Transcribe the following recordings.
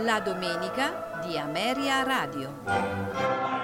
La domenica di Ameria Radio.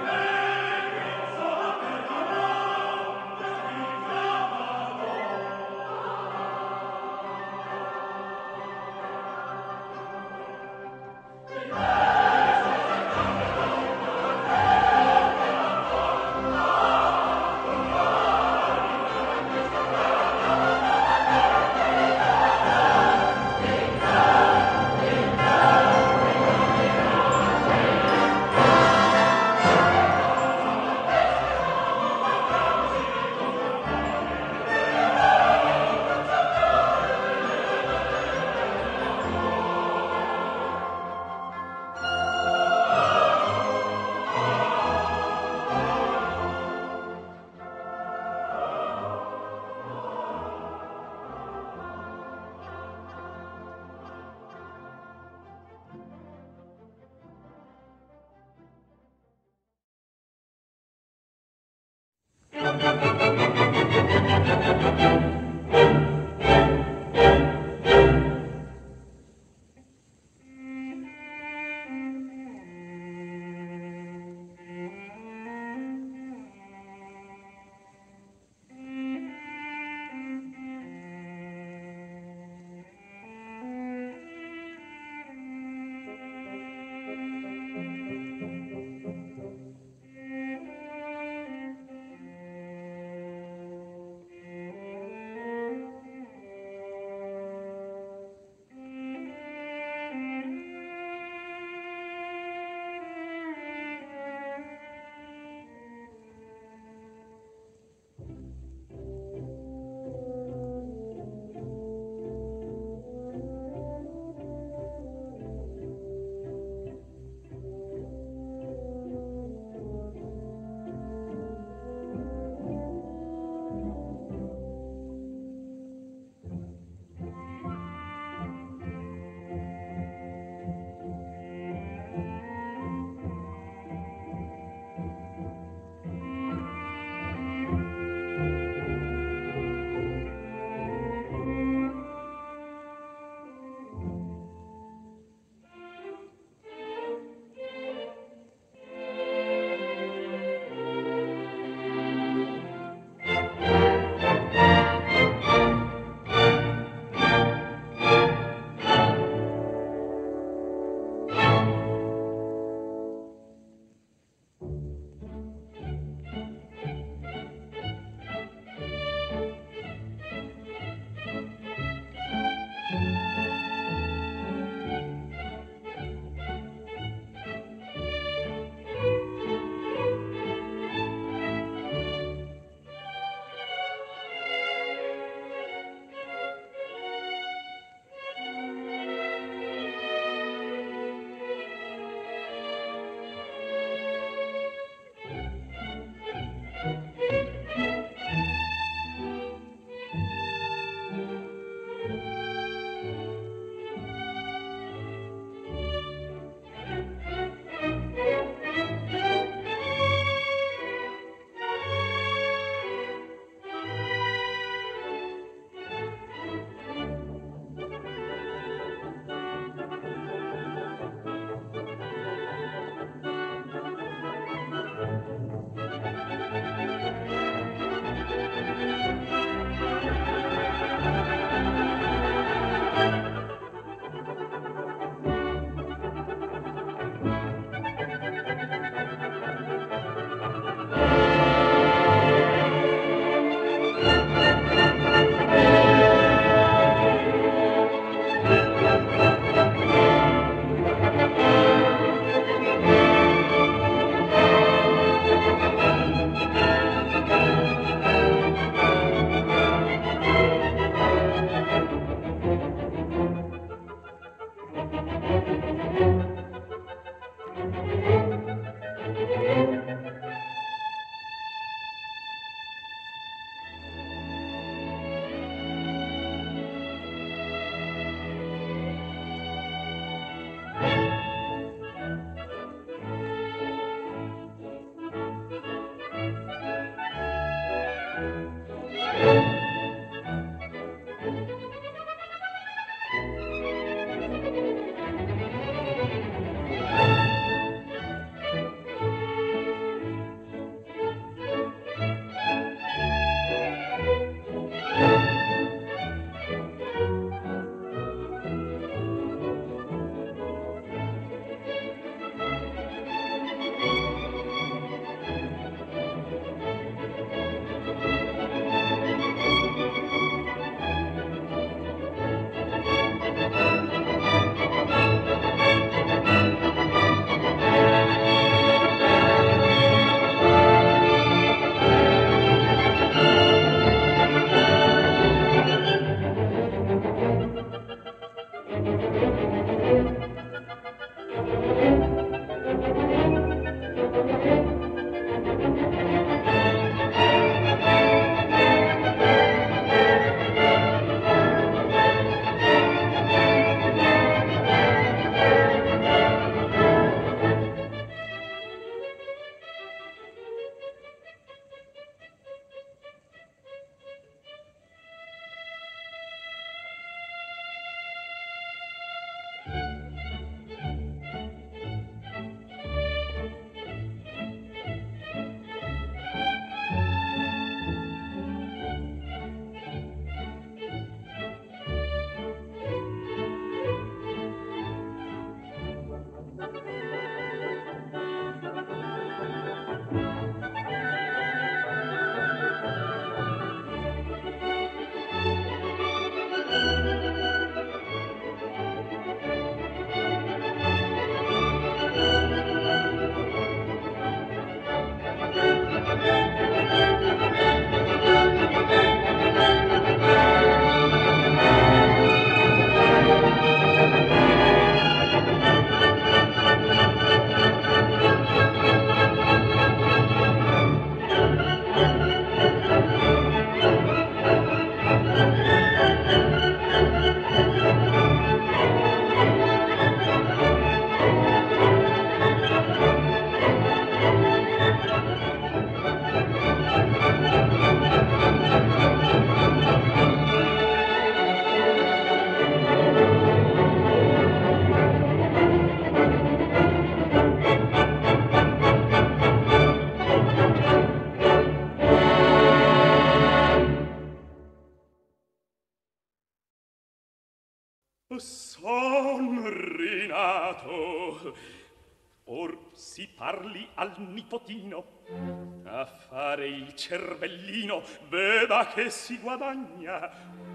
Son rinato. Or si parli al nipotino a fare il cervellino, veda che si guadagna.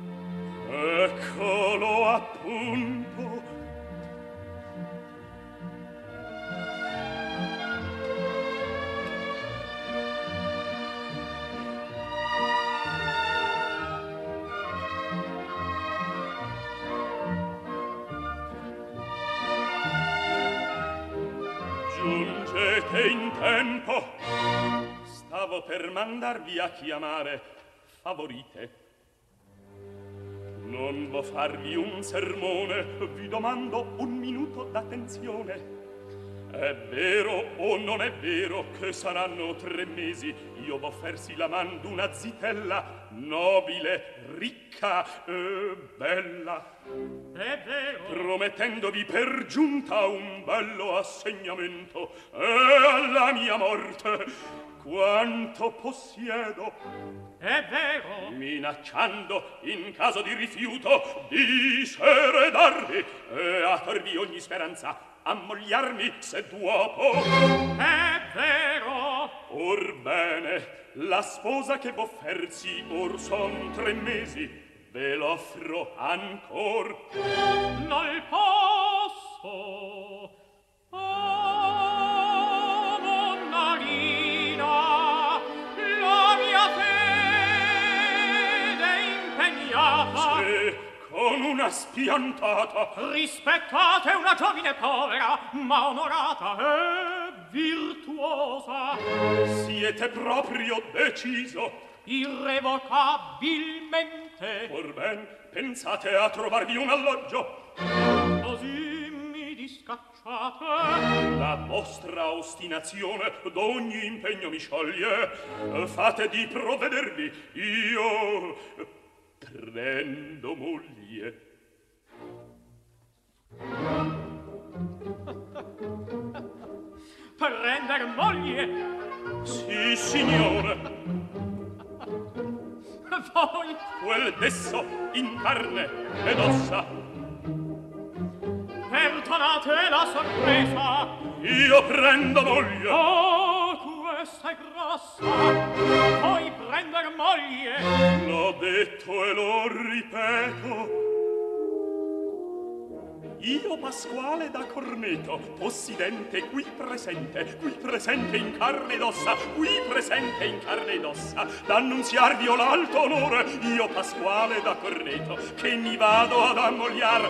Eccolo appunto. Giungete in tempo. Stavo per mandarvi a chiamare Favorite. Non vo farvi un sermone, vi domando un minuto d'attenzione. È vero o non è vero che saranno 3 mesi io v'offersi la man d'una zitella nobile, ricca e bella? È vero. Promettendovi per giunta un bello assegnamento e alla mia morte quanto possiedo. È vero. Minacciando in caso di rifiuto diseredarvi e a farvi ogni speranza ammogliarmi se duopo. È vero. Orbene, la sposa che v'offersi or son 3 mesi, ve l'offro ancor. Non posso. Oh, Monnarina, la mia fede impegnata. Se con una spiantata rispettate una giovine povera, ma onorata e virtuosa. Siete proprio deciso? Irrevocabilmente. Orben, pensate a trovarvi un alloggio? Così mi discacciate. La vostra ostinazione d'ogni impegno mi scioglie. Fate di provvedervi. Io prendo moglie. Prender moglie? Sì, signore. Voi? Quel desso in carne ed ossa. Perdonate la sorpresa. Io prendo moglie. Oh, questa è grossa. Vuoi prender moglie? L'ho detto e lo ripeto. Io Pasquale da Corneto, possidente qui presente in carne ed ossa, qui presente in carne ed ossa, d'annunziarvi ho l'alto onore, io Pasquale da Corneto, che mi vado ad ammogliar.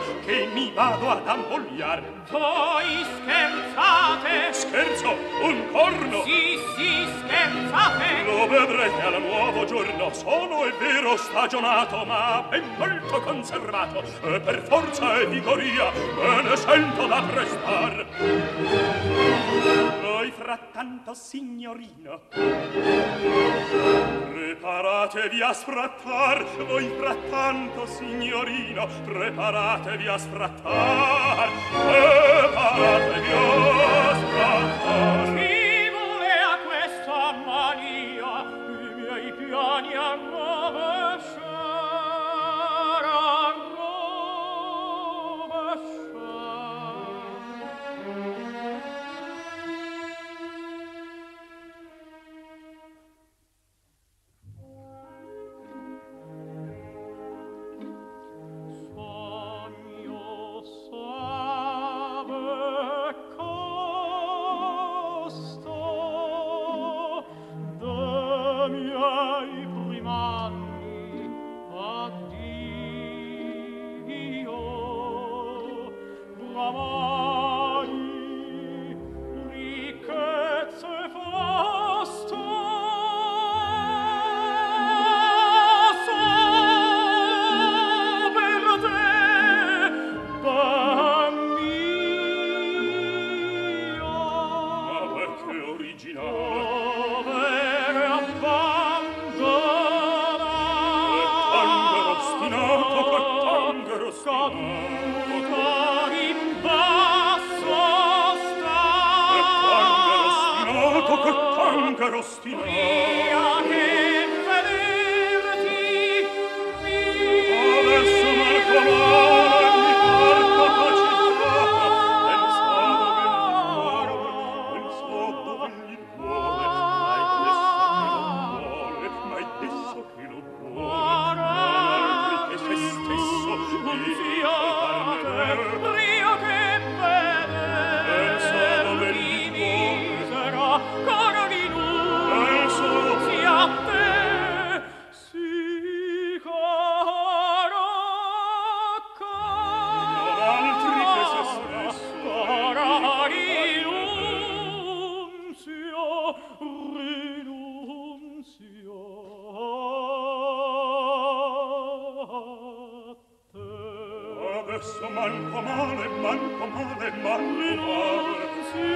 Voi scherzate? Scherzo, un corno! Sì, scherzate! Lo vedrete al nuovo giorno, sono è vero stagionato, ma ben molto conservato, e per forza e vigoria me ne sento da prestar. Voi frattanto, signorino, preparatevi a sfrattar. Voi frattanto, signorino, preparatevi a sfrattar. Preparatevi a sfrattar. Chi vuole a questa mania i miei piani a rovesciare? Adesso Marco Mare mi Adesso manco male, manco male, manco male.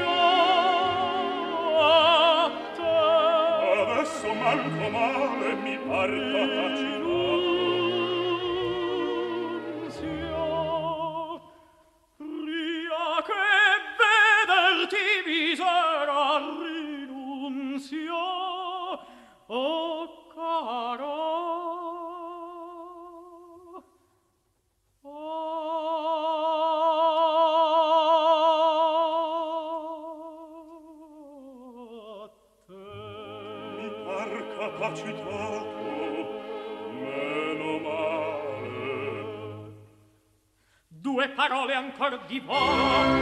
Adesso manco male, mi par capacità. Ria che vederti misera rinunzio, oh caro. Capacitato, meno male. Due parole ancor di volo.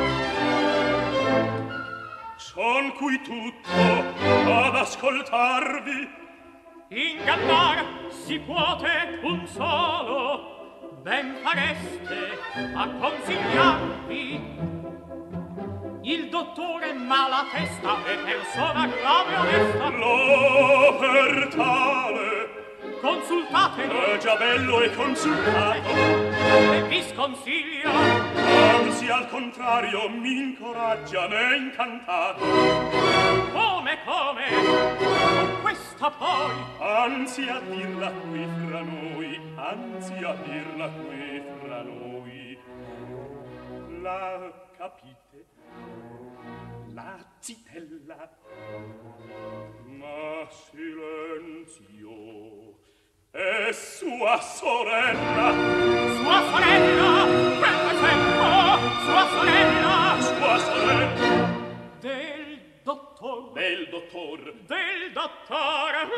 Son qui tutto ad ascoltarvi. Ingannar si puote un solo, ben fareste a consigliarvi. Il dottore mala testa e persona grave e onesta. Lo per tale Consultatelo. è già bello e consultato. E vi sconsiglio. Anzi, al contrario, mi incoraggia, ne incantato. Come, come? Con questa poi. Anzi, a dirla qui fra noi. Anzi, a dirla qui fra noi. La capite? La zitella. Ma silenzio. È sua sorella. Sua sorella. Per esempio, sua sorella. Sua sorella. Del dottor. Del dottor. Del dottore.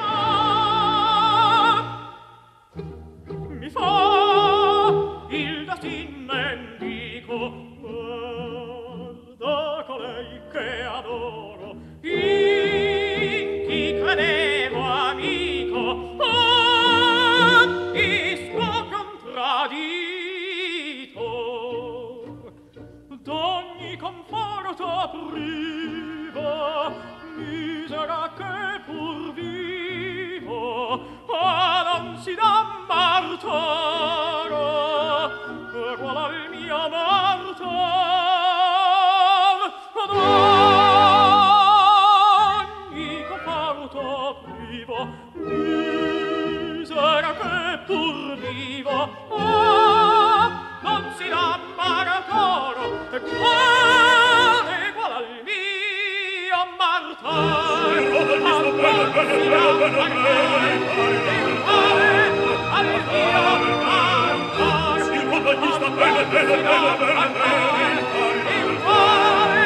Mi fa il destin mendico. Da colei che adoro, in chi credevo amico, isco contradito, d'ogni conforto privo, misera che pur vivo, non si dà martoro, qual al mio martoro. Ogni conforto privo, misera che pur vivo, non si dà maratoro, e quale qual al mio martoro, non si dà maratoro, e quale al mio martoro, non si dà maratoro, e quale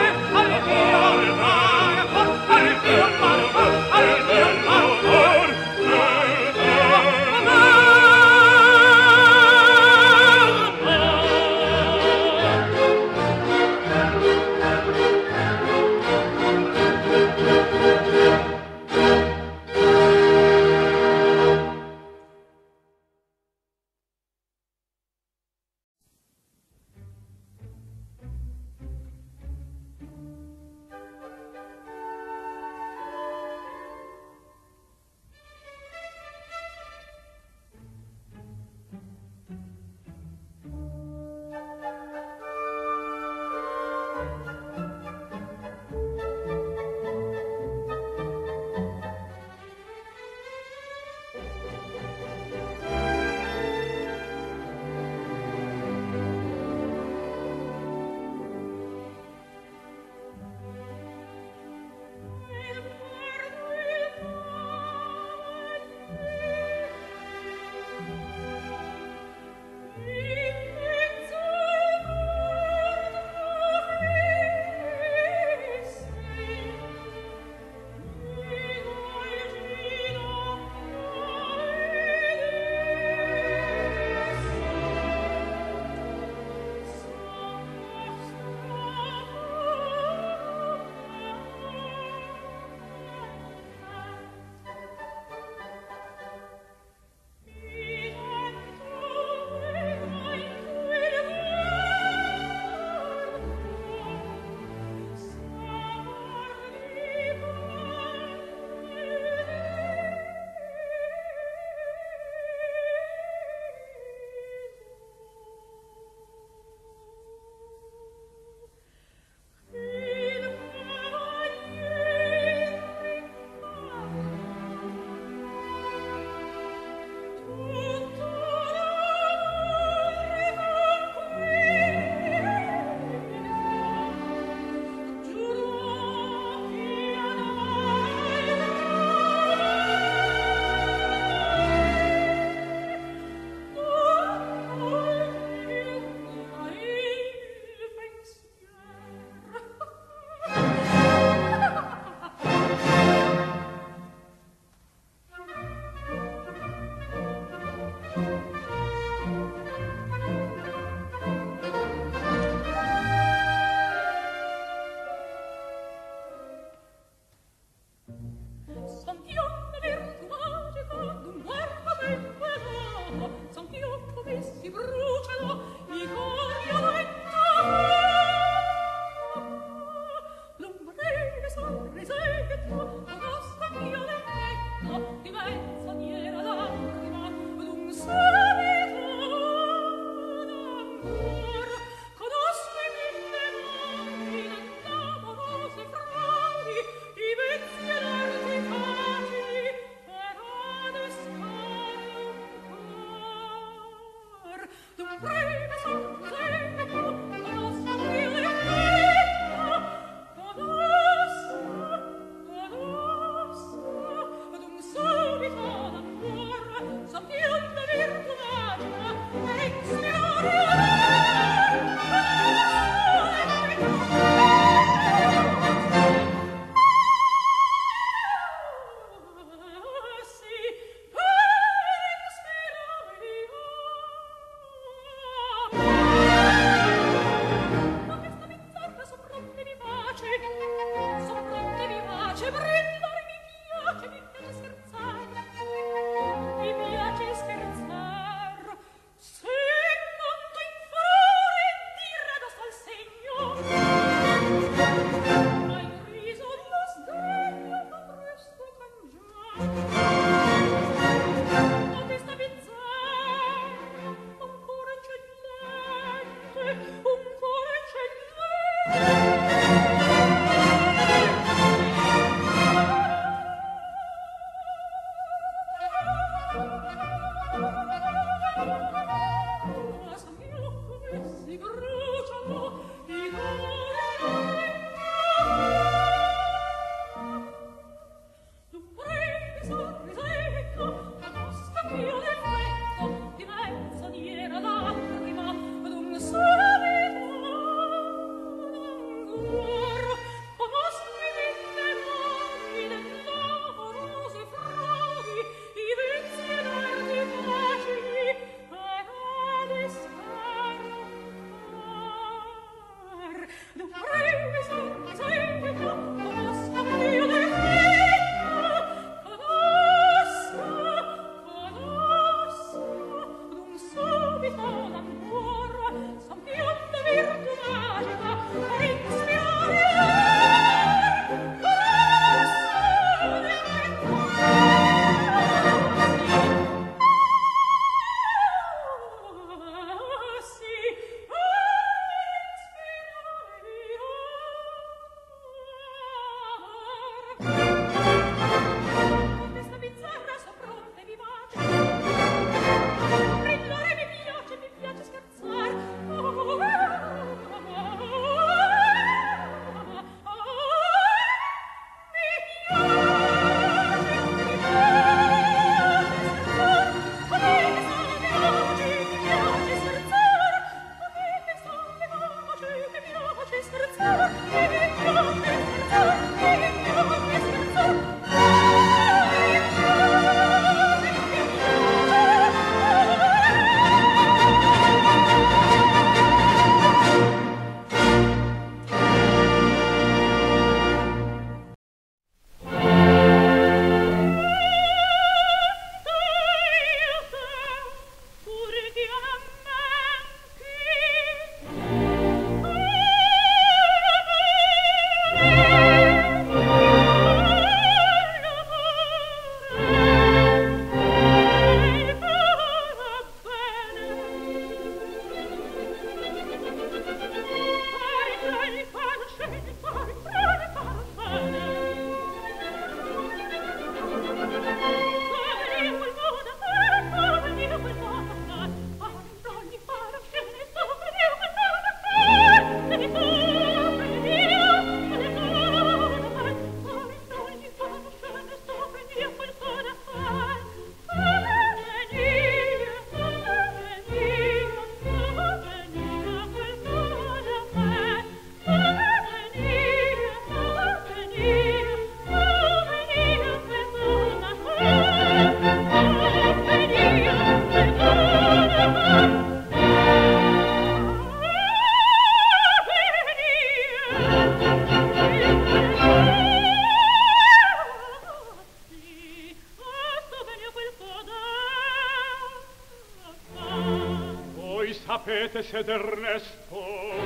sapete se d'Ernesto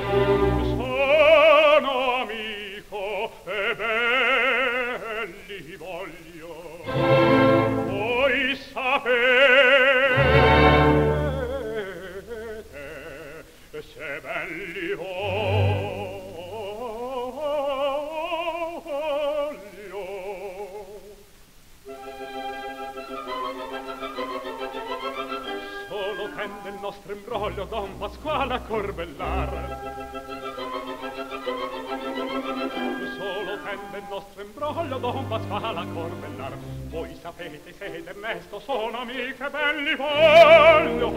sono amico e belli voglio. Voi sapete se belli voglio. Solo tende il nostro imbroglio Don Pasquale a corbellar. Solo tende il nostro imbroglio Don Pasquale a corbellar. Voi sapete se d'Ernesto sono amiche belli voglio.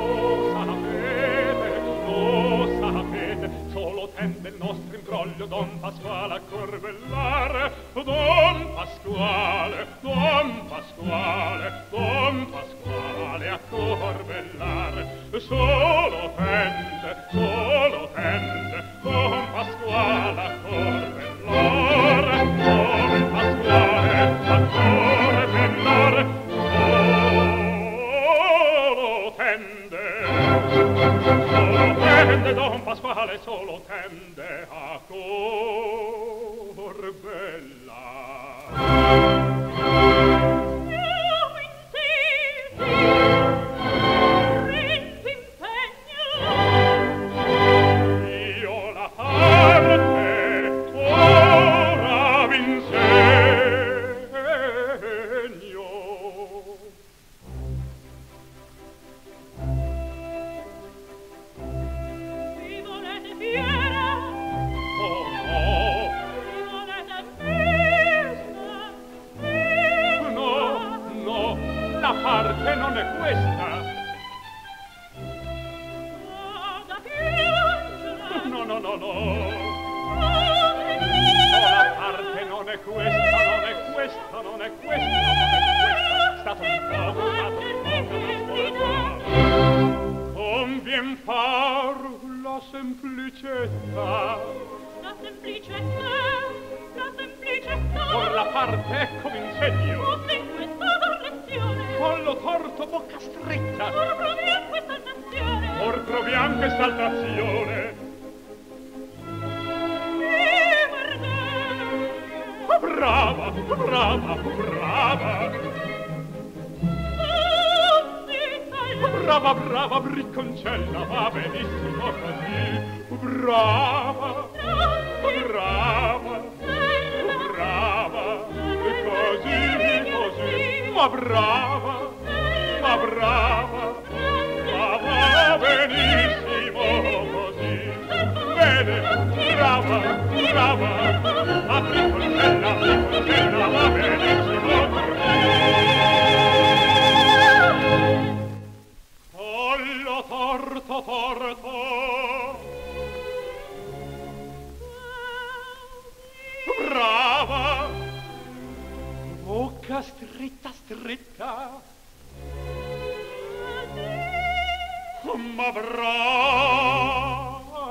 Lo sapete, solo tende il nostro imbroglio Don Pasquale a corbellar. Don Pasquale, Don Pasquale, Don Pasquale a corbellar. Solo tende Don Pasquale a corbellar. Don Pasquale a corbellar. Solo tende Don Pasquale, solo tende a corbellar. Brava, bricconcella, va benissimo così. Brava, così, ma brava, va benissimo così. Bene, brava, ma bricconcella, va benissimo così. Torto, brava, bocca stretta, ma brava.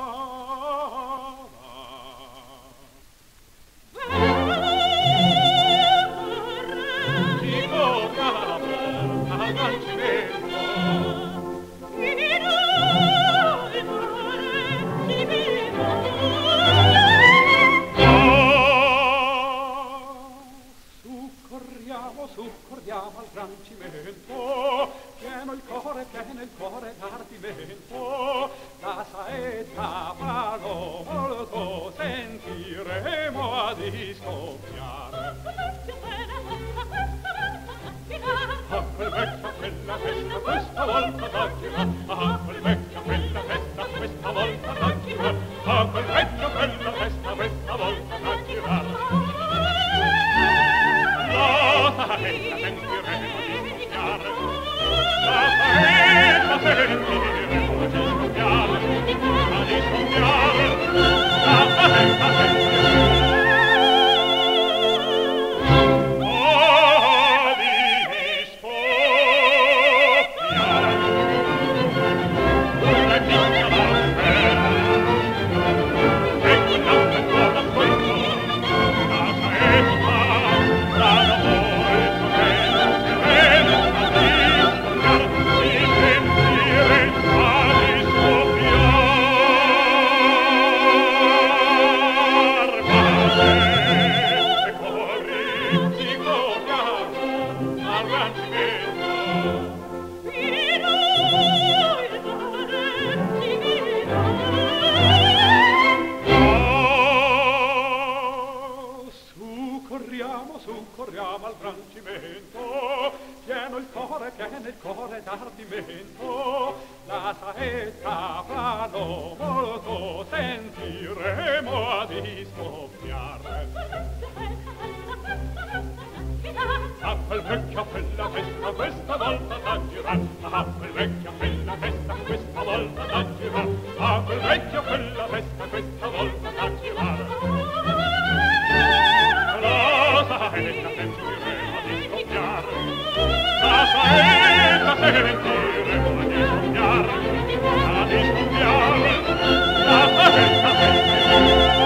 Succorriamo al gran cimento, pieno il cuore d'ardimento, la saetta palo molto sentiremo a discoppiare. A quel vecchio quella testa questa volta taglierà, a quel vecchio quella testa questa volta taglierà, a quel vecchio quella testa questa volta taglierà. La saetta sentiremo a discoppiare, la saetta sentiremo a discoppiare, la saetta sentiremo. vento, la saetta brano molto sentiremo a discoppiare. A quel vecchio quella festa questa volta da girar, a quel vecchio quella festa questa volta da girar, a quel vecchio quella festa questa volta da girar. La saetta sentiremo a discoppiare, la saetta sentiremo a discoppiare, a discoppiare, la saetta sentiremo.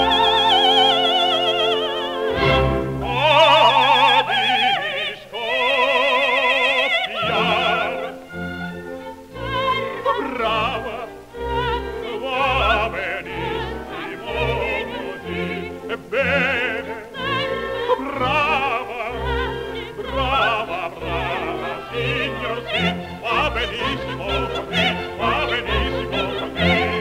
Brava, va benissimo così, bene, brava, brava, brava, signor sì, va benissimo così, va benissimo così.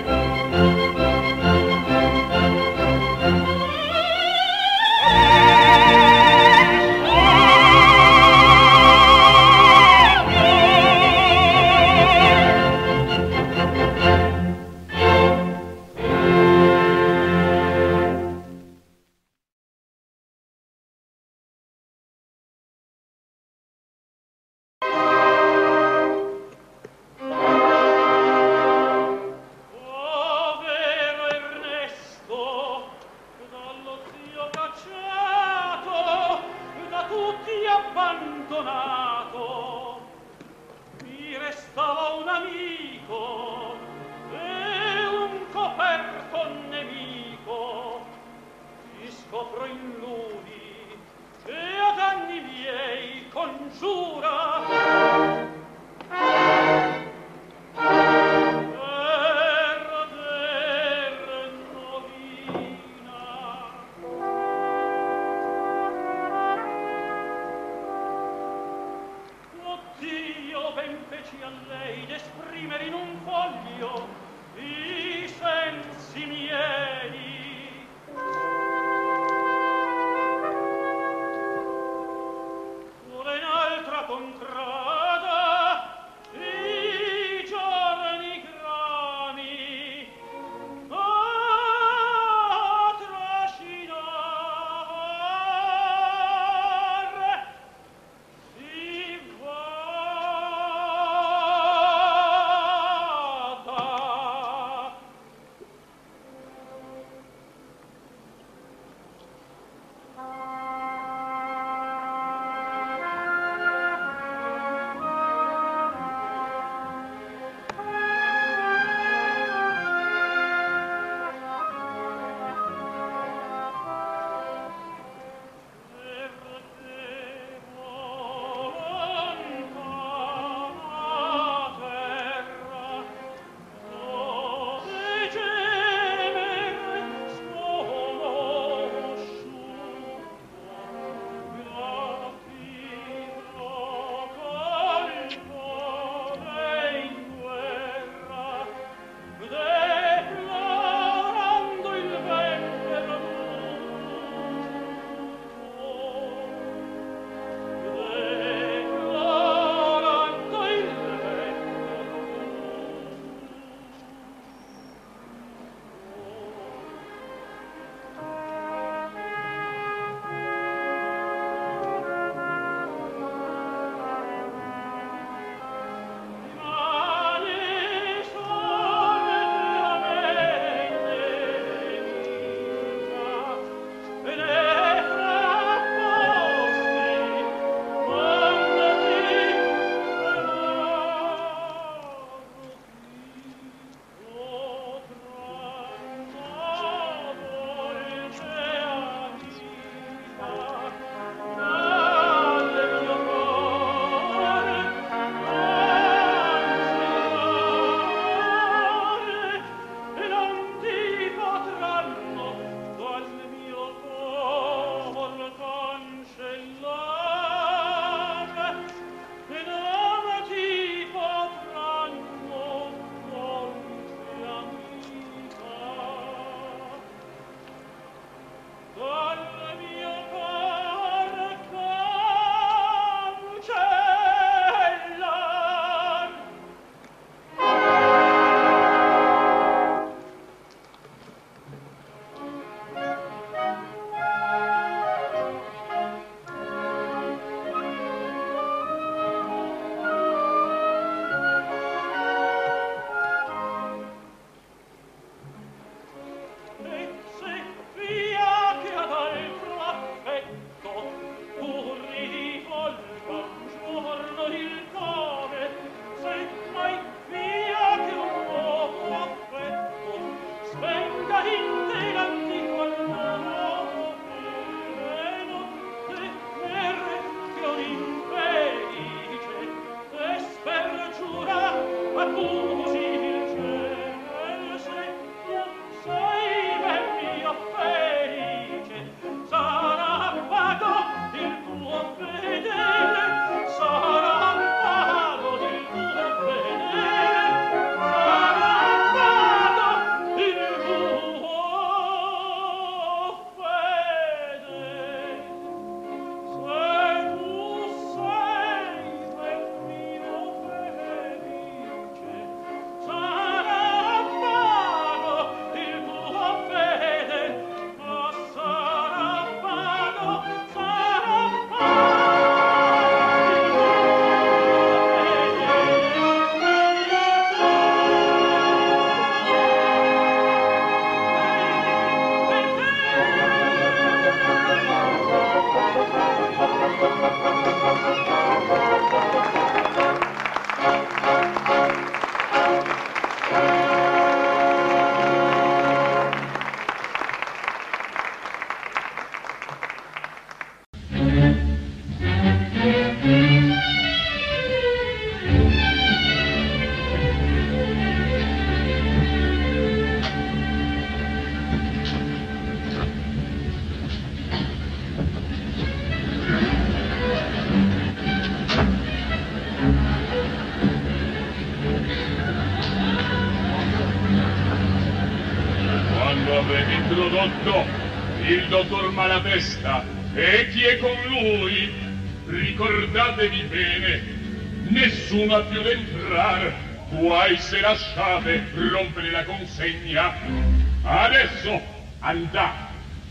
avete introdotto il dottor Malatesta e chi è con lui? Ricordatevi bene, nessuno ha più da entrare, guai se lasciate rompere la consegna. Adesso andate.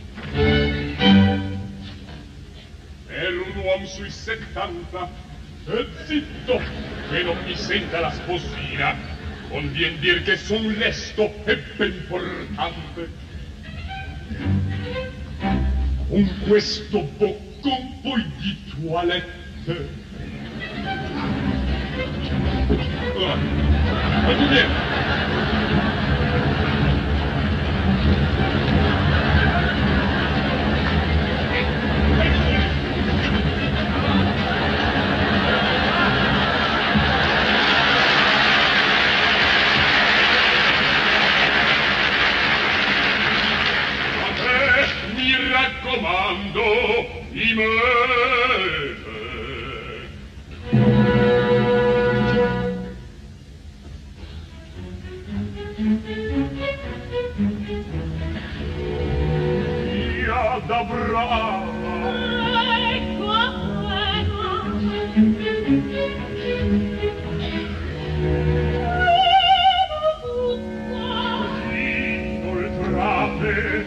Per un uomo sui 70, e zitto, che non mi senta la sposina, convien dir che son lesto e ben portante. Con questo boccon poi di toilette. Mi raccomando, i Via da brava. Ecco inoltrate.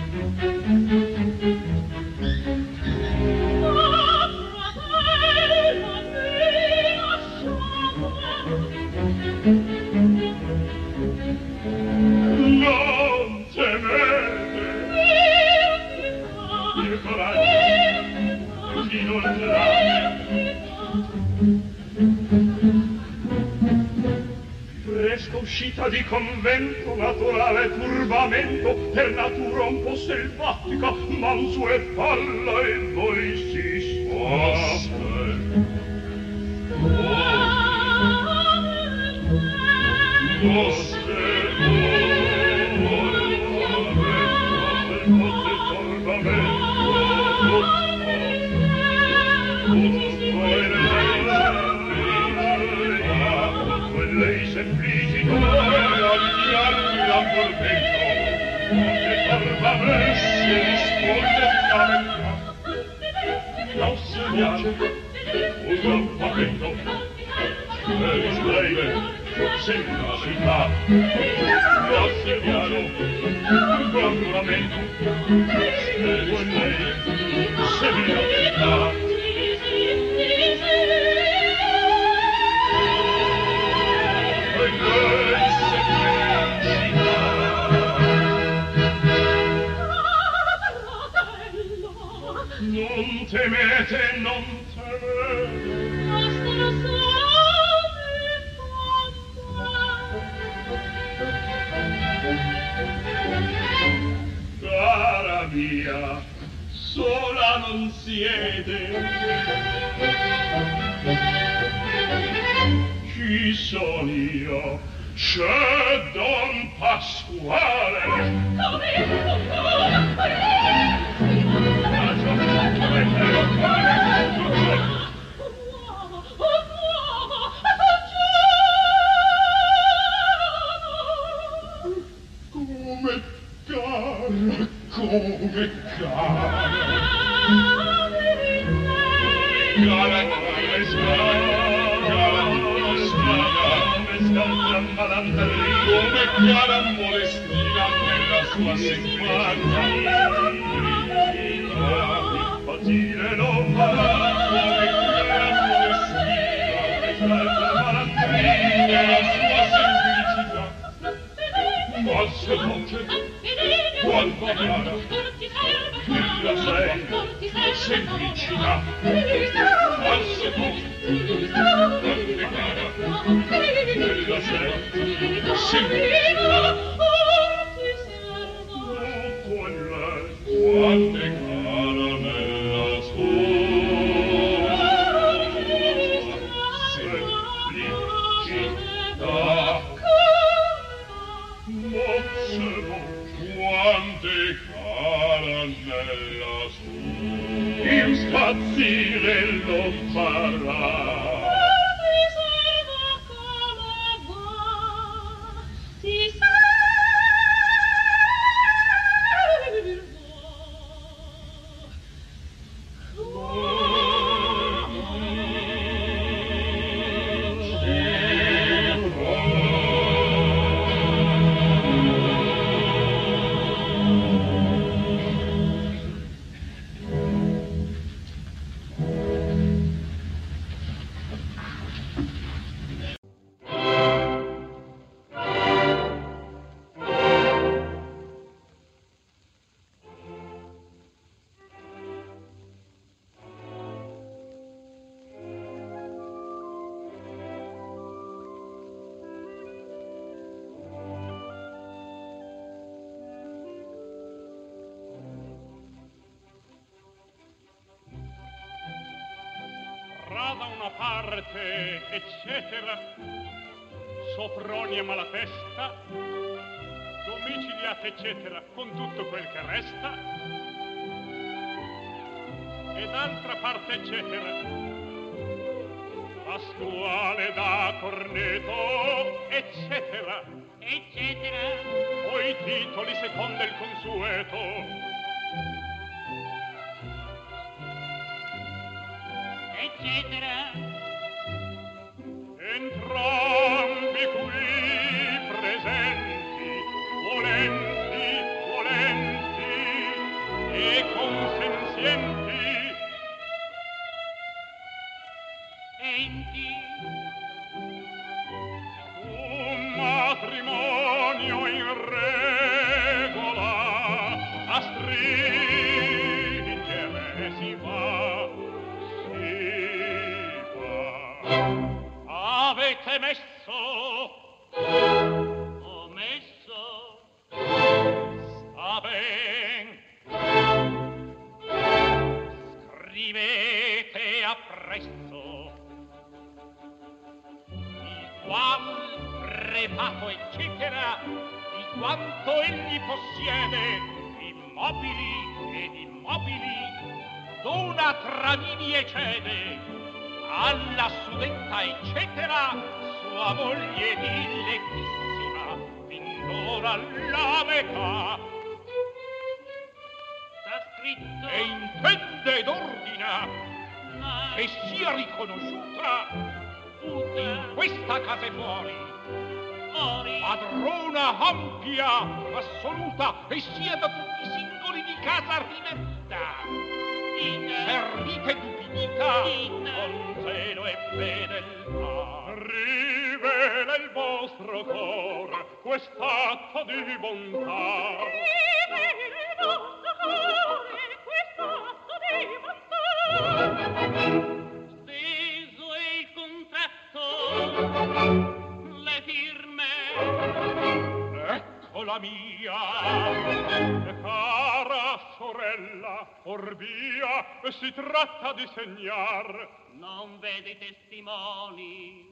Non temete, il coraggio inoltrate. Fresca uscita di convento, naturale turbamento, per natura un po' selvatica, manso e palla e voi si sposta. Lei semplicito avviarmi l'amporvento, che torna messi risponde la verità. Non si piace un gran pavento, per lei semplicità. Non si piace un gran pavento, per lei semplicità. Non temete, non temete. Bastano soli con me. Cara mia, sola non siete. Chi sono io? C'è Don Pasquale. Come cara. Come cara molestina nella sua simpatia. Facile non farà, come cara molestina nella sua semplicità. Ma se non c'è quanto cara, illa sei semplicità. Ma se non c'è quanto cara, illa sei semplicità. Quante caramella sua semplicità. Mozzero, quante caramella sua impazzire lo farà. Ti da una parte, eccetera, Sopronia Malatesta, domiciliate, eccetera, con tutto quel che resta, e d'altra parte, eccetera, Pasquale da Corneto, eccetera, eccetera, poi titoli secondo il consueto. eccetera, Entrambi qui presenti, volenti e consenzienti, enti, un matrimonio in regola a stringere si va, avete messo, ho messo, sta ben, scrivete appresso, il qual repato eccetera di quanto egli possiede, immobili ed immobili, d'una tramini eccede, alla suddetta eccetera sua moglie dilettissima finora la metà sta scritto, e intende ed ordina ma che sia riconosciuta in questa casa e fuori ori, padrona ampia, assoluta, e sia da tutti i singoli di casa riverita, servita ed ubbidita con zelo e fedeltà. Rivela il vostro cor quest'atto di bontà. rivela il vostro cuore quest'atto di bontà. Steso è il contratto, le firme, Ecco la mia cara sorella, orbia si tratta di segnar. non vede i testimoni.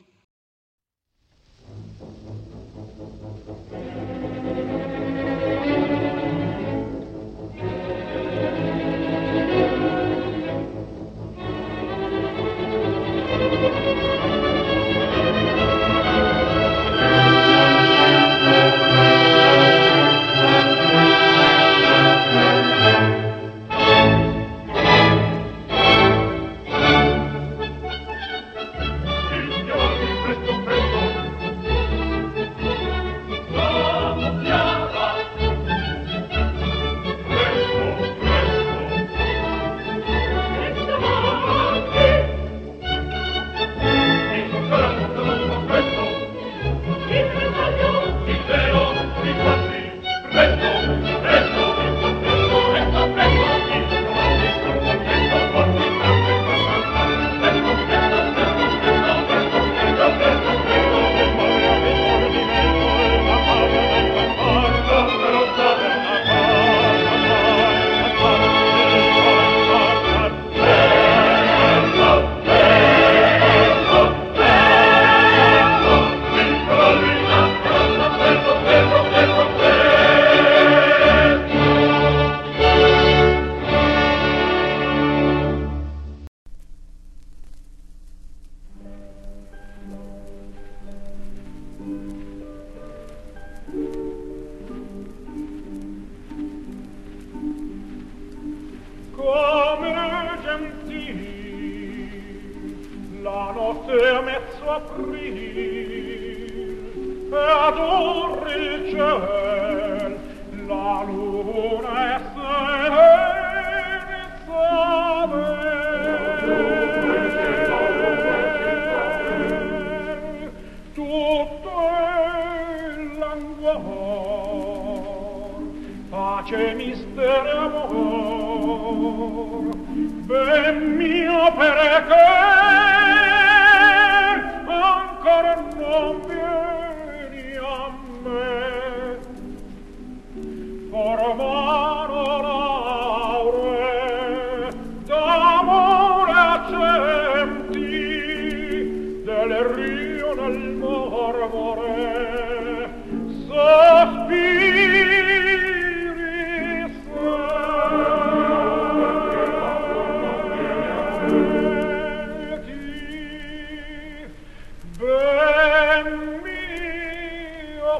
D'amore accenti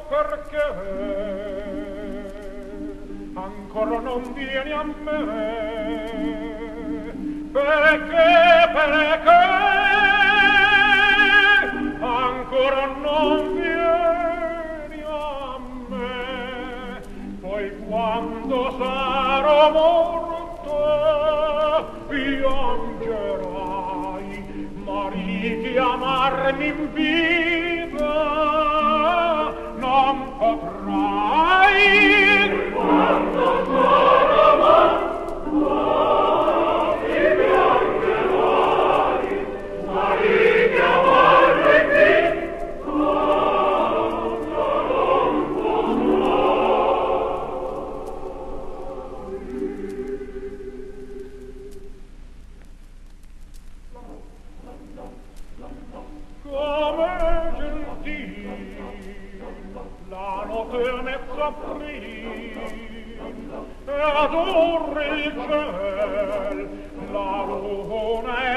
perché ancora non vieni a me? Perché ancora non vieni a me? Poi quando sarò morta piangerai, ma richiamarmi in vita non potrai. Quando sarò morta piangerai, ma richiamarmi in vita non come gentil la notte mezza aprir e adorre il ciel la luna è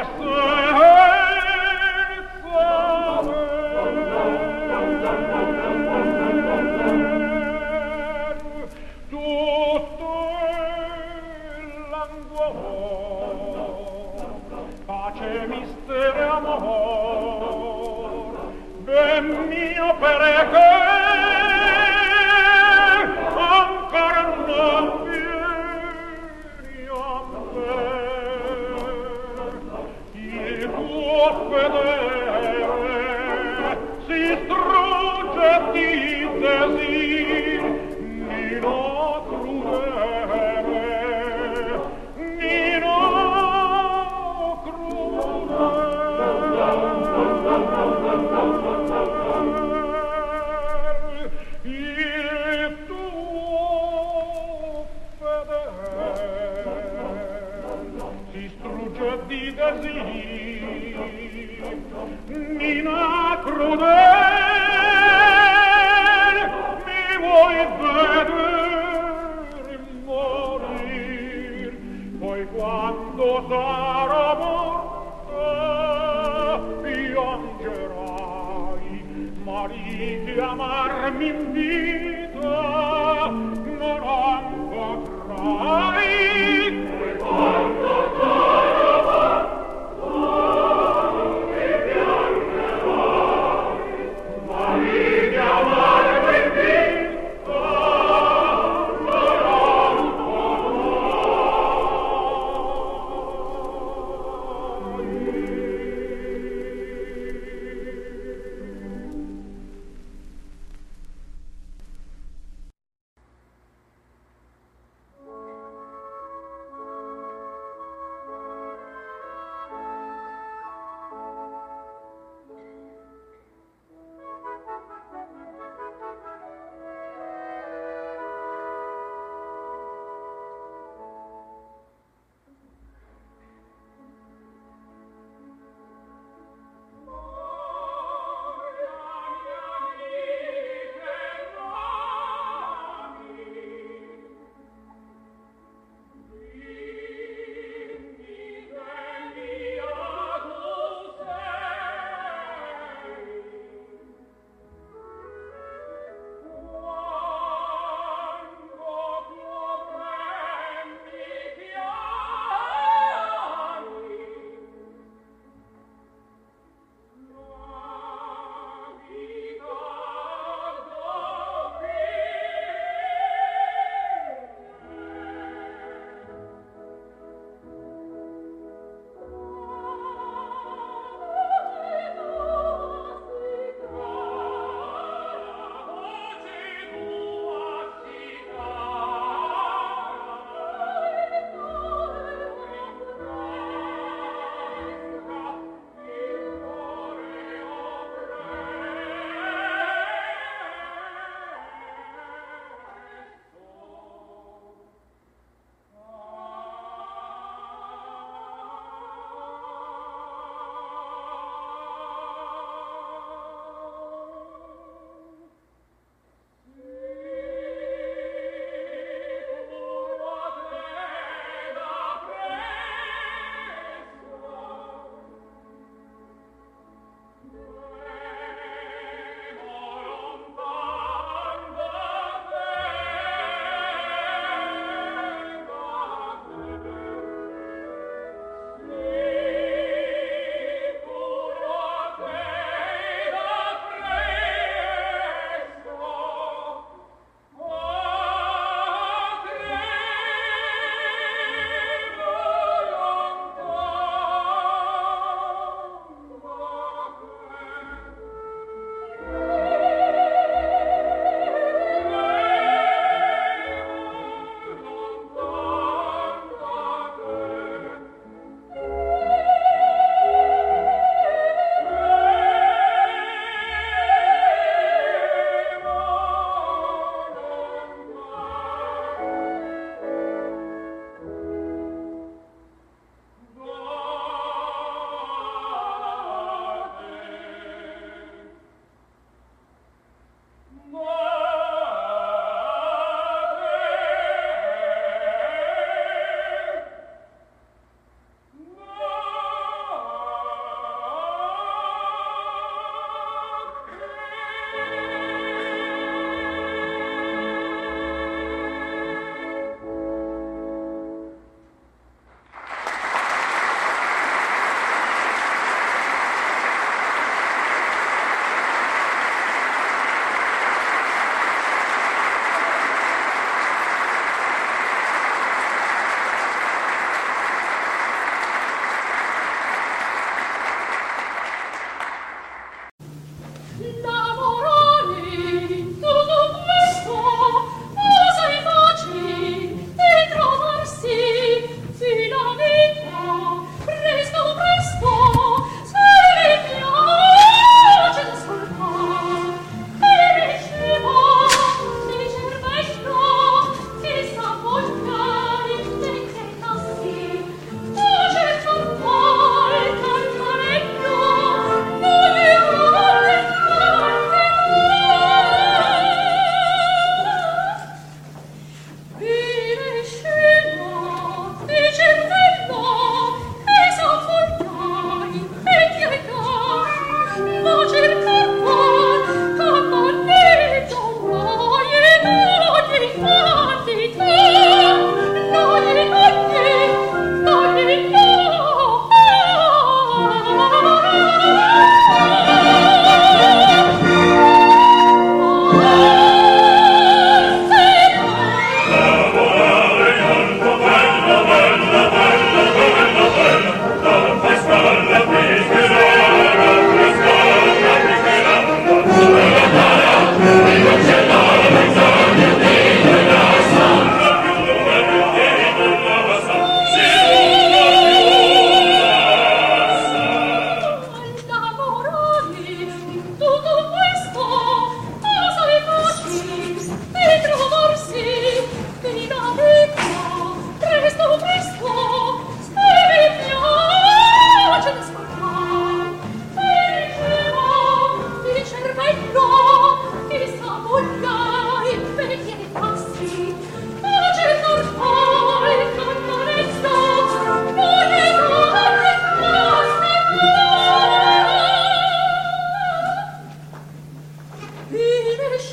senza ver tutto il languor pace mistero amor ben mio perché ancora non vieni a me il tuo fedele si strugge di desir Nino crudele Nino il tuo fedele si strugge di desir Nina crudele mi vuoi vedere morir poi quando sarò morta piangerai ma richiamarmi in vita non potrai. Quando sarò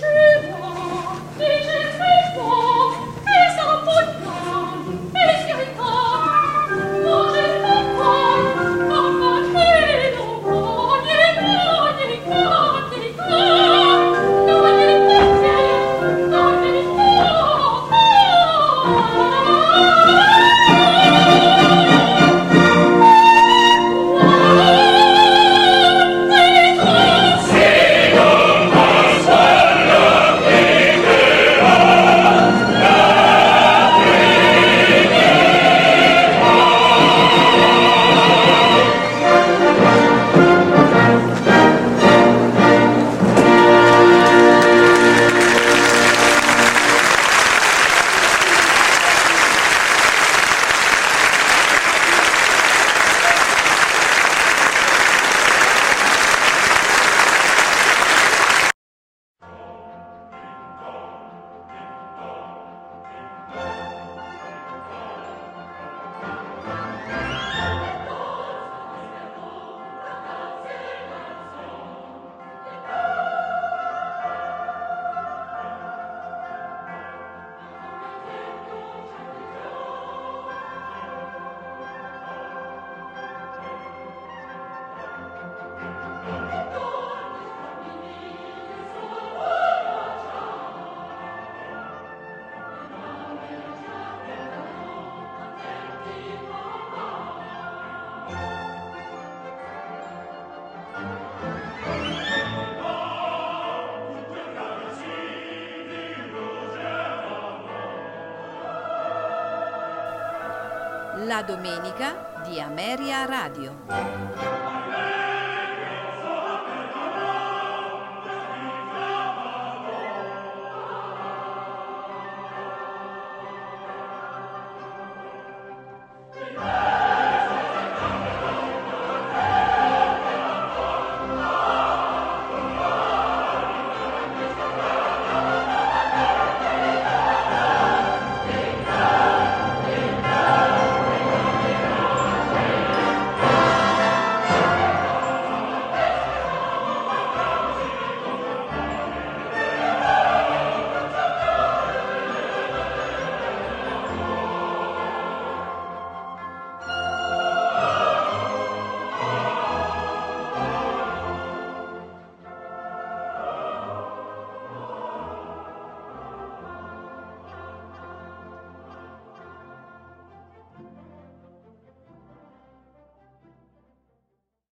La domenica di Ameria Radio.